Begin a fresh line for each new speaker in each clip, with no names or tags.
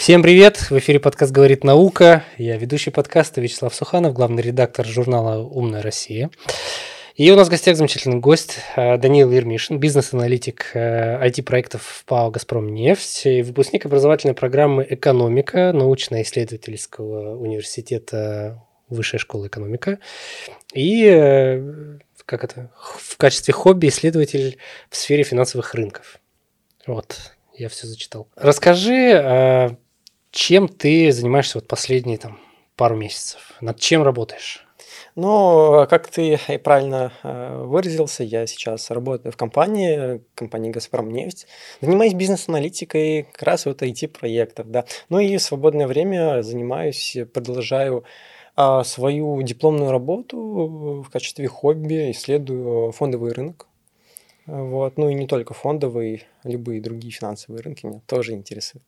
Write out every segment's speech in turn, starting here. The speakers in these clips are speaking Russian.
Всем привет! В эфире подкаст «Говорит наука». Я ведущий подкаста Вячеслав Суханов, главный редактор журнала «Умная Россия». И у нас в гостях замечательный гость Даниил Ермишин, бизнес-аналитик IT-проектов ПАО «Газпромнефть» и выпускник образовательной программы «Экономика» научно-исследовательского университета Высшая школа экономика. И в качестве хобби исследователь в сфере финансовых рынков. Вот, я все зачитал. Расскажи, чем ты занимаешься последние пару месяцев? Над чем работаешь?
Ну, как ты и правильно выразился, я сейчас работаю в компании «Газпромнефть». Занимаюсь бизнес-аналитикой как раз IT-проектов, да. Ну и в свободное время продолжаю свою дипломную работу в качестве хобби, исследую фондовый рынок. Вот. Ну и не только фондовый, любые другие финансовые рынки меня тоже интересуют.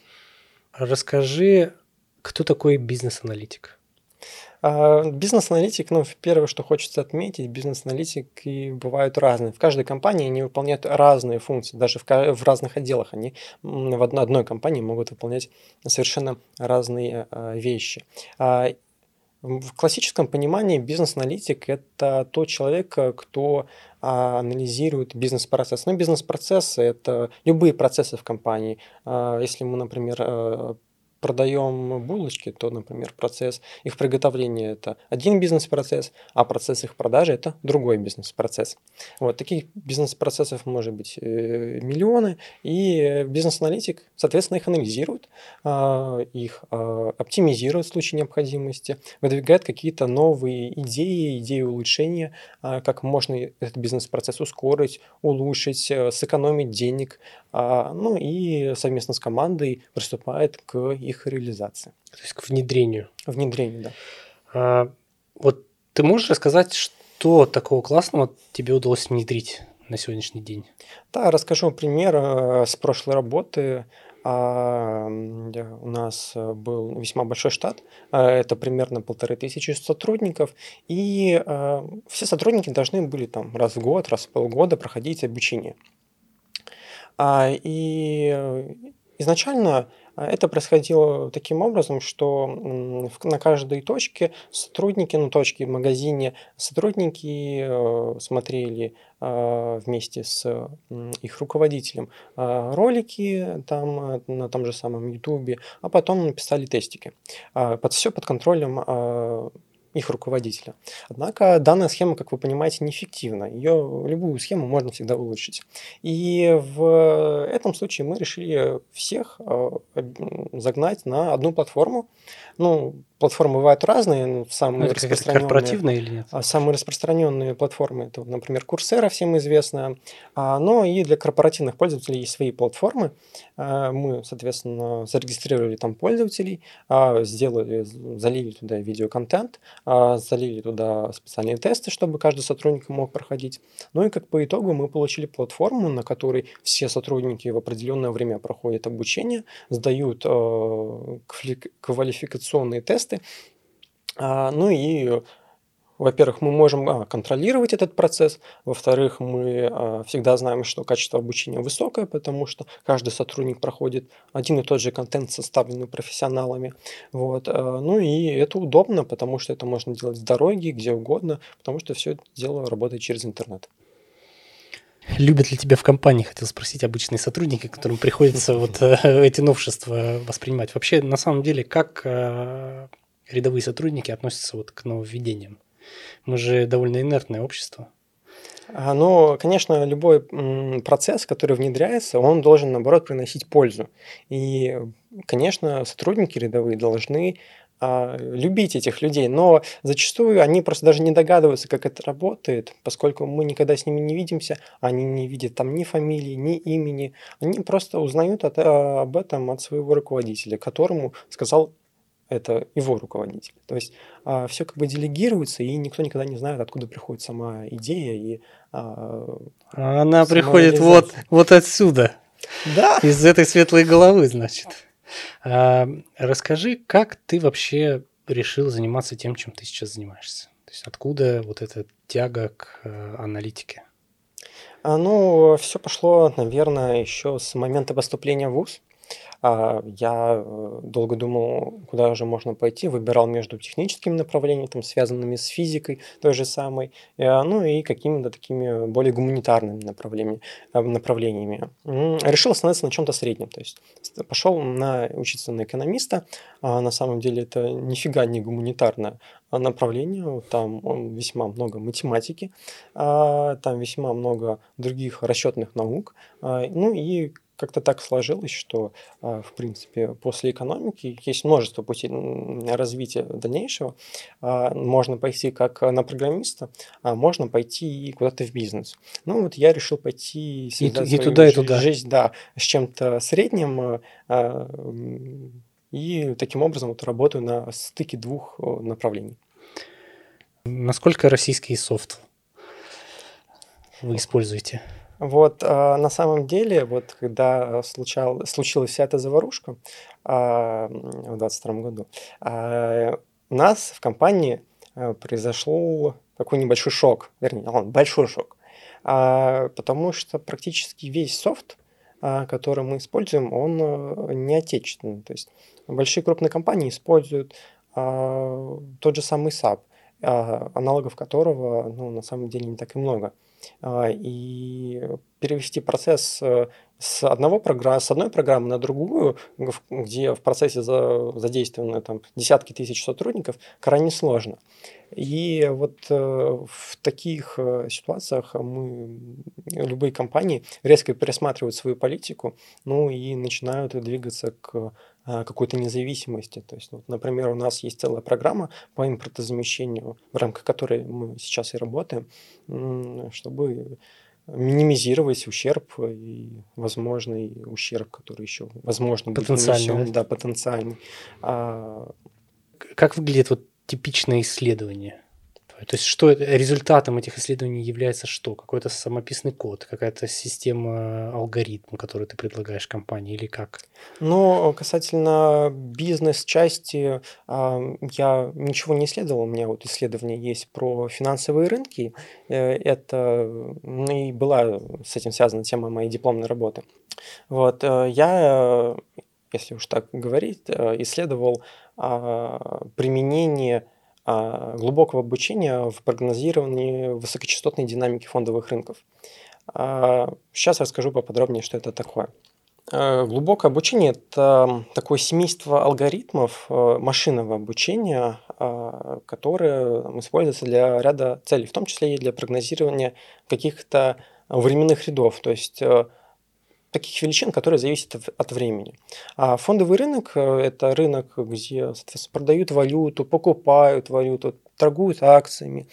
Расскажи, кто такой бизнес-аналитик?
Бизнес-аналитик, первое, что хочется отметить, бизнес-аналитики бывают разные. В каждой компании они выполняют разные функции, даже в разных отделах они в одной компании могут выполнять совершенно разные вещи. В классическом понимании бизнес-аналитик – это тот человек, кто анализирует бизнес-процесс. Бизнес-процессы – это любые процессы в компании. Если мы, например, продаем булочки, то, например, процесс их приготовления – это один бизнес-процесс, а процесс их продажи – это другой бизнес-процесс. Вот, таких бизнес-процессов может быть миллионы, и бизнес-аналитик, соответственно, их анализирует, их оптимизирует в случае необходимости, выдвигает какие-то новые идеи улучшения, как можно этот бизнес-процесс ускорить, улучшить, сэкономить денег, и совместно с командой приступает к их реализации.
То есть к внедрению.
Внедрению, да.
Вот ты можешь рассказать, что такого классного тебе удалось внедрить на сегодняшний день?
Да, расскажу пример с прошлой работы. У нас был весьма большой штат, это примерно 1500 сотрудников, и все сотрудники должны были раз в год, раз в полгода проходить обучение. И изначально это происходило таким образом, что на каждой точке сотрудники, точке в магазине, сотрудники смотрели вместе с их руководителем ролики на том же самом Ютубе, а потом написали тестики. Все под контролем их руководителя. Однако данная схема, как вы понимаете, неэффективна. Любую схему можно всегда улучшить. И в этом случае мы решили всех загнать на одну платформу. Платформы бывают разные, самые распространенные.
Корпоративные или нет?
Самые распространенные платформы – это, например, Coursera, всем известная. Но и для корпоративных пользователей есть свои платформы. Мы, соответственно, зарегистрировали там пользователей, залили туда видеоконтент, залили туда специальные тесты, чтобы каждый сотрудник мог проходить. И как по итогу мы получили платформу, на которой все сотрудники в определенное время проходят обучение, сдают квалификационные тесты. Во-первых, мы можем контролировать этот процесс. Во-вторых, мы всегда знаем, что качество обучения высокое, потому что каждый сотрудник проходит один и тот же контент, составленный профессионалами. Вот. И это удобно, потому что это можно делать с дороги, где угодно, потому что все это дело работает через интернет.
Любят ли тебя в компании, хотел спросить, обычные сотрудники, которым приходится эти новшества воспринимать? Вообще, на самом деле, как рядовые сотрудники относятся к нововведениям? Мы же довольно инертное общество.
Конечно, любой процесс, который внедряется, он должен, наоборот, приносить пользу. И, конечно, сотрудники рядовые должны любить этих людей, но зачастую они просто даже не догадываются, как это работает, поскольку мы никогда с ними не видимся, они не видят ни фамилии, ни имени, они просто узнают об этом от своего руководителя, которому сказал это его руководитель. То есть все делегируется, и никто никогда не знает, откуда приходит сама идея. И
она приходит вот отсюда,
да.
Из этой светлой головы, значит. Расскажи, как ты вообще решил заниматься тем, чем ты сейчас занимаешься? То есть откуда эта тяга к аналитике?
Все пошло, наверное, еще с момента поступления в ВУЗ. Я долго думал, куда же можно пойти, выбирал между техническими направлениями, там, связанными с физикой той же самой, ну и какими-то такими более гуманитарными направлениями. Решил остановиться на чем-то среднем, то есть пошел учиться на экономиста. На самом деле это нифига не гуманитарное направление, там весьма много математики, там весьма много других расчетных наук, ну и как-то так сложилось, что, в принципе, после экономики есть множество путей развития дальнейшего. Можно пойти как на программиста, а можно пойти и куда-то в бизнес. Ну вот я решил пойти связать
И
свою
туда, и туда.
жизнь, да, с чем-то средним, и таким образом вот работаю на стыке двух направлений.
Насколько российский софт вы используете?
Вот, на самом деле, вот когда случилась вся эта заварушка в 22 году, у нас в компании произошел такой небольшой шок, вернее, большой шок, потому что практически весь софт, который мы используем, он не отечественный. То есть большие крупные компании используют тот же самый SAP, аналогов которого, ну, на самом деле не так и много. И перевести процесс с одной программы на другую, где в процессе задействованы там десятки тысяч сотрудников, крайне сложно. И вот в таких ситуациях любые компании резко пересматривают свою политику, ну и начинают двигаться к какой-то независимости. То есть, вот, например, у нас есть целая программа по импортозамещению, в рамках которой мы сейчас и работаем, чтобы минимизировать ущерб и возможный ущерб, который еще возможно будет
Потенциальный,
нанесен,
да?
да, потенциальный.
Как выглядит вот типичное исследование? То есть что результатом этих исследований является что? Какой-то самописный код, какая-то система, алгоритм, который ты предлагаешь компании или как?
Но касательно бизнес-части, я ничего не исследовал. У меня вот исследование есть про финансовые рынки. Это и была с этим связана тема моей дипломной работы. Вот, я, если уж так говорить, исследовал применение глубокого обучения в прогнозировании высокочастотной динамики фондовых рынков. Сейчас расскажу поподробнее, что это такое. Глубокое обучение – это такое семейство алгоритмов машинного обучения, которое используется для ряда целей, в том числе и для прогнозирования каких-то временных рядов, то есть таких величин, которые зависят от времени. А фондовый рынок – это рынок, где, соответственно, продают валюту, покупают валюту, торгуют акциями.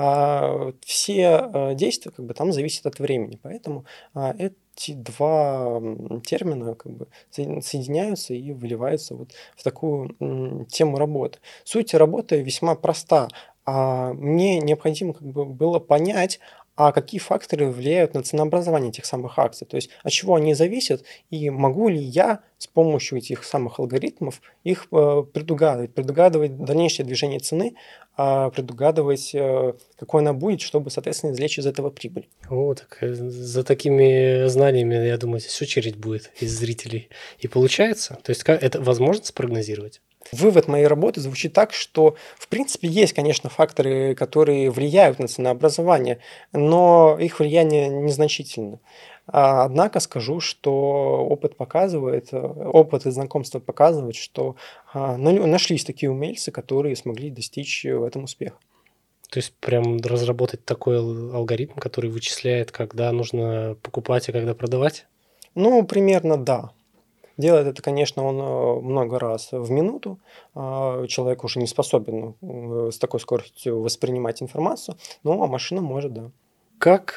Все действия как бы там зависят от времени. Поэтому эти два термина как бы соединяются и выливаются вот в такую тему работы. Суть работы весьма проста. Мне необходимо как бы было понять, какие факторы влияют на ценообразование этих самых акций, то есть от чего они зависят, и могу ли я с помощью этих самых алгоритмов их предугадывать дальнейшее движение цены, предугадывать, какой она будет, чтобы, соответственно, извлечь из этого прибыль.
О, так за такими знаниями, я думаю, здесь очередь будет из зрителей. И получается? То есть это возможно спрогнозировать?
Вывод моей работы звучит так, что, в принципе, есть, конечно, факторы, которые влияют на ценообразование, но их влияние незначительно. Однако скажу, что опыт и знакомство показывают, что нашлись такие умельцы, которые смогли достичь в этом успеха.
То есть прям разработать такой алгоритм, который вычисляет, когда нужно покупать, а когда продавать?
Ну, примерно да. Делает это, конечно, он много раз в минуту. Человек уже не способен с такой скоростью воспринимать информацию, но машина может, да.
Как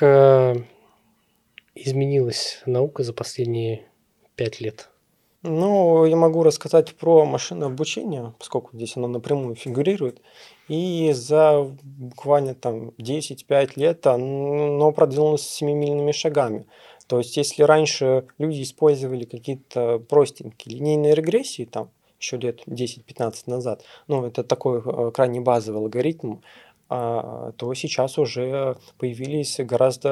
изменилась наука за последние 5 лет?
Ну, я могу рассказать про машинное обучение, поскольку здесь оно напрямую фигурирует. И за буквально там 10-5 лет оно продвинулось семимильными шагами. То есть, если раньше люди использовали какие-то простенькие линейные регрессии, там еще лет 10-15 назад, ну, это такой крайне базовый алгоритм, то сейчас уже появились гораздо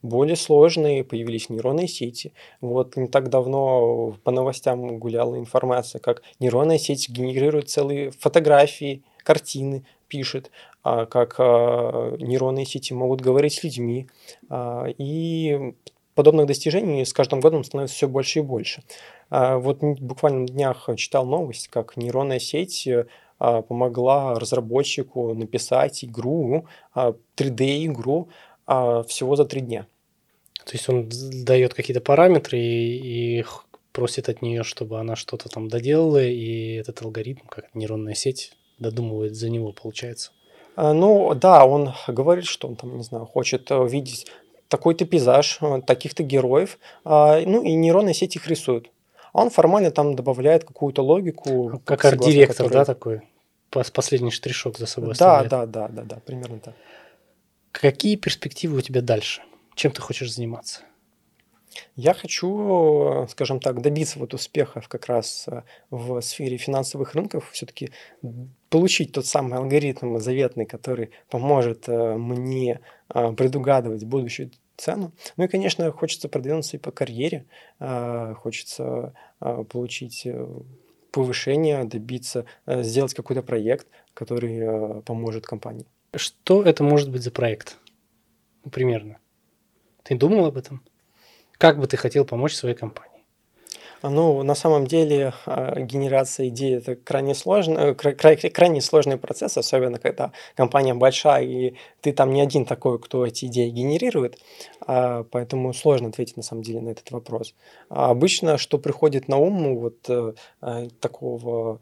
более сложные, появились нейронные сети. Вот не так давно по новостям гуляла информация, как нейронная сеть генерирует целые фотографии, картины, пишет, как нейронные сети могут говорить с людьми. И подобных достижений с каждым годом становится все больше и больше. Вот буквально на днях читал новость, как нейронная сеть помогла разработчику написать игру, 3D-игру всего за 3 дня.
То есть он дает какие-то параметры и просит от нее, чтобы она что-то там доделала, и этот алгоритм, как нейронная сеть, додумывает за него, получается.
Ну да, он говорит, что он там, не знаю, хочет видеть такой-то пейзаж, таких-то героев, ну и нейронная сеть их рисует. А он формально там добавляет какую-то логику,
Как
согласно
арт-директор,
которой...
да, такой? Последний штришок за собой
Да,
оставляет.
примерно так.
Какие перспективы у тебя дальше? Чем ты хочешь заниматься?
Я хочу, скажем так, добиться вот успехов как раз в сфере финансовых рынков, все-таки получить тот самый алгоритм заветный, который поможет мне предугадывать будущую цену. Ну и, конечно, хочется продвинуться и по карьере, хочется получить повышение, добиться, сделать какой-то проект, который поможет компании.
Что это может быть за проект? Примерно. Ты думал об этом? Как бы ты хотел помочь своей компании?
Ну, на самом деле, генерация идей – это крайне сложный процесс, особенно когда компания большая, и ты там не один такой, кто эти идеи генерирует, поэтому сложно ответить на самом деле на этот вопрос. Обычно, что приходит на ум вот такого,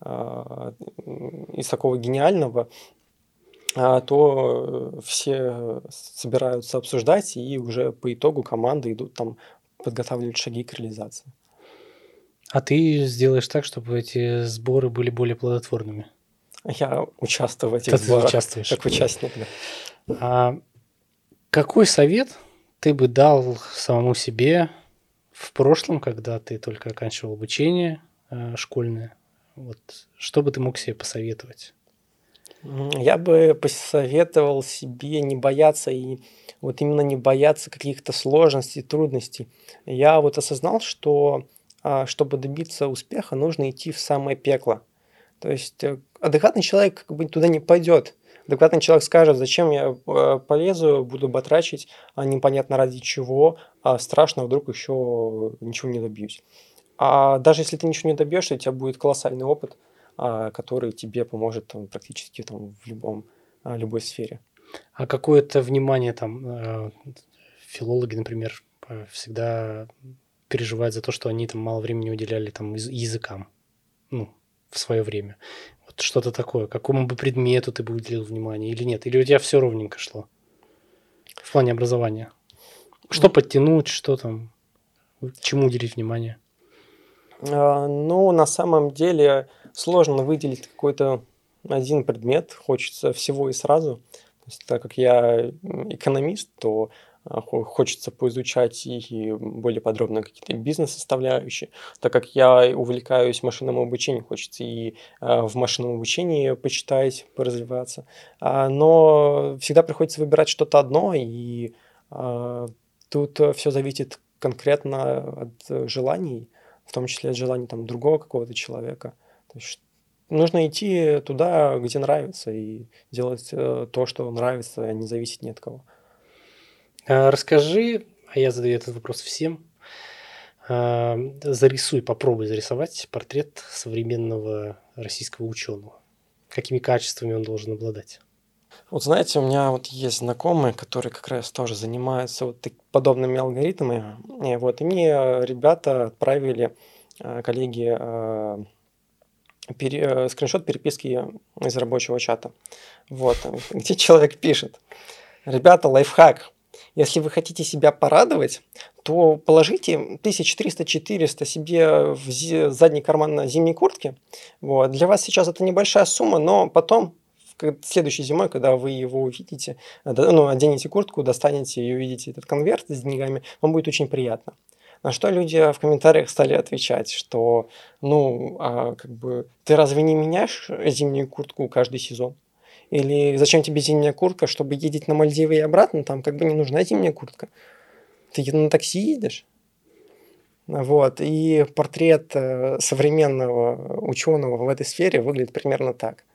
из такого гениального, то все собираются обсуждать, и уже по итогу команды идут там подготавливать шаги к реализации.
А ты сделаешь так, чтобы эти сборы были более плодотворными.
Я участвую в этих
Да, ты
сборах
участвуешь.
как участник. Да.
А какой совет ты бы дал самому себе в прошлом, когда ты только оканчивал обучение школьное? Вот, что бы ты мог себе посоветовать?
Я бы посоветовал себе не бояться и вот именно не бояться каких-то сложностей, трудностей. Я вот осознал, что чтобы добиться успеха, нужно идти в самое пекло. То есть адекватный человек как бы туда не пойдет. Адекватный человек скажет, зачем я полезу, буду батрачить, непонятно ради чего, страшно, вдруг еще ничего не добьюсь. А даже если ты ничего не добьешься, у тебя будет колоссальный опыт, который тебе поможет практически там, в любой сфере.
А какое-то внимание там филологи, например, всегда переживают за то, что они там мало времени уделяли там языкам, ну, в свое время. Вот что-то такое. Какому бы предмету ты бы уделил внимание или нет? Или у тебя все ровненько шло в плане образования? Что подтянуть, что там, чему уделить внимание?
Ну, на самом деле сложно выделить какой-то один предмет, хочется всего и сразу. То есть, так как я экономист, то хочется поизучать и более подробно какие-то бизнес-составляющие. Так как я увлекаюсь машинным обучением, хочется и в машинном обучении почитать, поразвиваться. Но всегда приходится выбирать что-то одно, и тут все зависит конкретно от желаний, в том числе от желаний там, другого какого-то человека. То есть нужно идти туда, где нравится, и делать то, что нравится, а не зависеть ни от кого.
Расскажи, а я задаю этот вопрос всем, попробуй зарисовать портрет современного российского ученого. Какими качествами он должен обладать?
Вот знаете, у меня вот есть знакомые, которые как раз тоже занимаются вот подобными алгоритмами. И мне ребята отправили, коллеги, скриншот переписки из рабочего чата. Вот, где человек пишет: ребята, лайфхак. Если вы хотите себя порадовать, то положите 1300-400 себе в задний карман зимней куртки. Вот. Для вас сейчас это небольшая сумма, но потом, следующей зимой, когда вы его увидите, оденете куртку, достанете и увидите этот конверт с деньгами, вам будет очень приятно. На что люди в комментариях стали отвечать, что ты разве не меняешь зимнюю куртку каждый сезон? Или зачем тебе зимняя куртка, чтобы ездить на Мальдивы и обратно? Там как бы не нужна зимняя куртка. ты на такси едешь. Вот. И портрет современного ученого в этой сфере выглядит примерно так.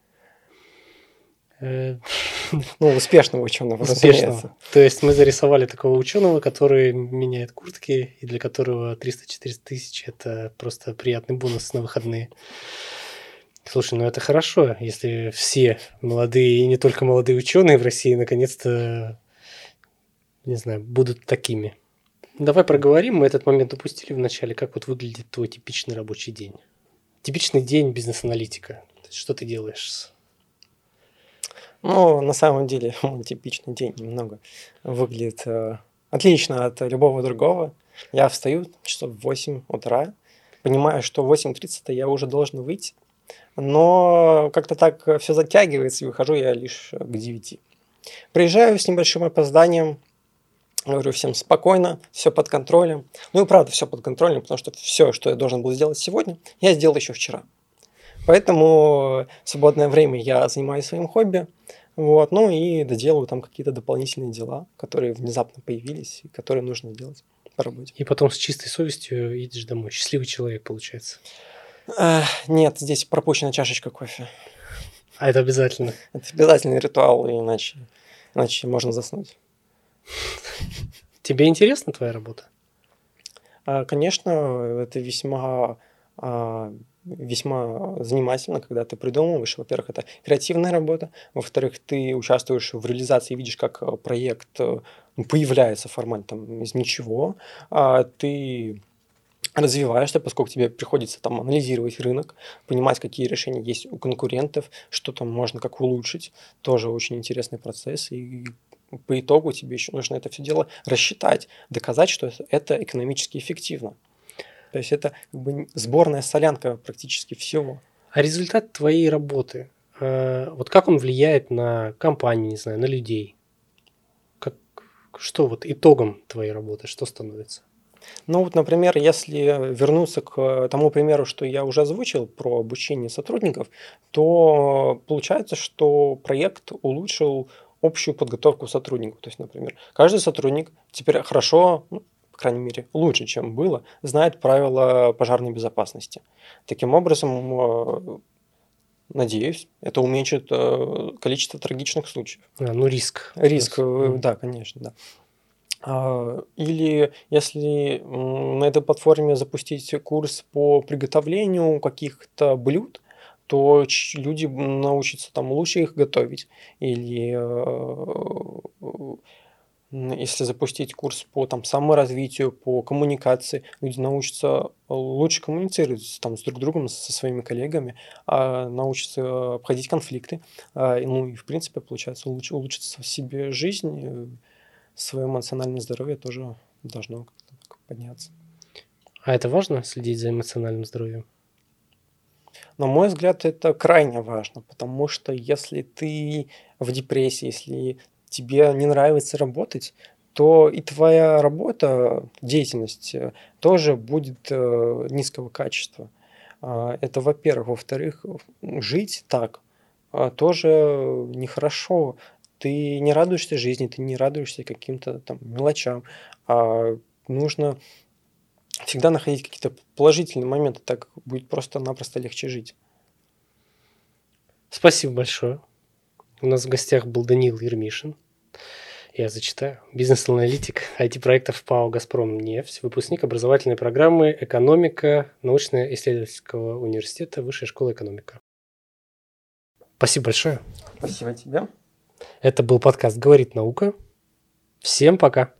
Ну, успешного ученого, разумеется.
То есть мы зарисовали такого ученого, который меняет куртки, и для которого 300-400 тысяч – это просто приятный бонус на выходные. Слушай, ну это хорошо, если все молодые, и не только молодые ученые в России, наконец-то, не знаю, будут такими. Давай проговорим, мы этот момент упустили в начале, как вот выглядит твой типичный рабочий день. Типичный день бизнес-аналитика. Что ты делаешь?
Ну, на самом деле, мой типичный день немного выглядит отлично от любого другого. Я встаю часов в 8 утра, понимаю, что в 8:30 я уже должен выйти, но как-то так все затягивается, и выхожу я лишь к 9. Приезжаю с небольшим опозданием, говорю всем спокойно, все под контролем. Ну и правда, все под контролем, потому что все, что я должен был сделать сегодня, я сделал еще вчера. Поэтому в свободное время я занимаюсь своим хобби, вот, ну и доделаю там какие-то дополнительные дела, которые внезапно появились, и которые нужно делать по работе.
И потом с чистой совестью едешь домой. Счастливый человек, получается.
Нет, здесь пропущена чашечка кофе.
А это обязательно?
Это обязательный ритуал, иначе можно заснуть.
Тебе интересна твоя работа?
Конечно, это весьма занимательно, когда ты придумываешь. Во-первых, это креативная работа. Во-вторых, ты участвуешь в реализации, видишь, как проект появляется формально там, из ничего. Ты развиваешься, поскольку тебе приходится там анализировать рынок, понимать, какие решения есть у конкурентов, что там можно как улучшить. Тоже очень интересный процесс. И по итогу тебе еще нужно это все дело рассчитать, доказать, что это экономически эффективно. То есть это как бы сборная солянка практически всего.
А результат твоей работы, вот как он влияет на компанию, не знаю, на людей? Что вот итогом твоей работы, что становится?
Ну вот, например, если вернуться к тому примеру, что я уже озвучил про обучение сотрудников, то получается, что проект улучшил общую подготовку сотрудников. То есть, например, каждый сотрудник теперь хорошо, по крайней мере, лучше, чем было, знает правила пожарной безопасности. Таким образом, надеюсь, это уменьшит количество трагичных случаев.
Риск.
Риск, да, конечно, да. Или если на этой платформе запустить курс по приготовлению каких-то блюд, то люди научатся там лучше их готовить. Или если запустить курс по там, саморазвитию, по коммуникации, люди научатся лучше коммуницировать там, с друг другом, со своими коллегами, научатся обходить конфликты. Ну и в принципе, получается, улучшится в себе жизнь, свое эмоциональное здоровье тоже должно как-то подняться.
А это важно, следить за эмоциональным здоровьем?
На мой взгляд, это крайне важно, потому что если ты в депрессии, если тебе не нравится работать, то и твоя работа, деятельность тоже будет низкого качества. Это, во-первых. Во-вторых, жить так тоже нехорошо. Ты не радуешься жизни, ты не радуешься каким-то там мелочам. Нужно всегда находить какие-то положительные моменты, так будет просто-напросто легче жить.
Спасибо большое. У нас в гостях был Даниил Ермишин. Я зачитаю. Бизнес-аналитик IT-проектов ПАО «Газпромнефть», выпускник образовательной программы «Экономика» научно-исследовательского университета Высшей школы экономика. Спасибо большое.
Спасибо тебе.
Это был подкаст «Говорит наука». Всем пока.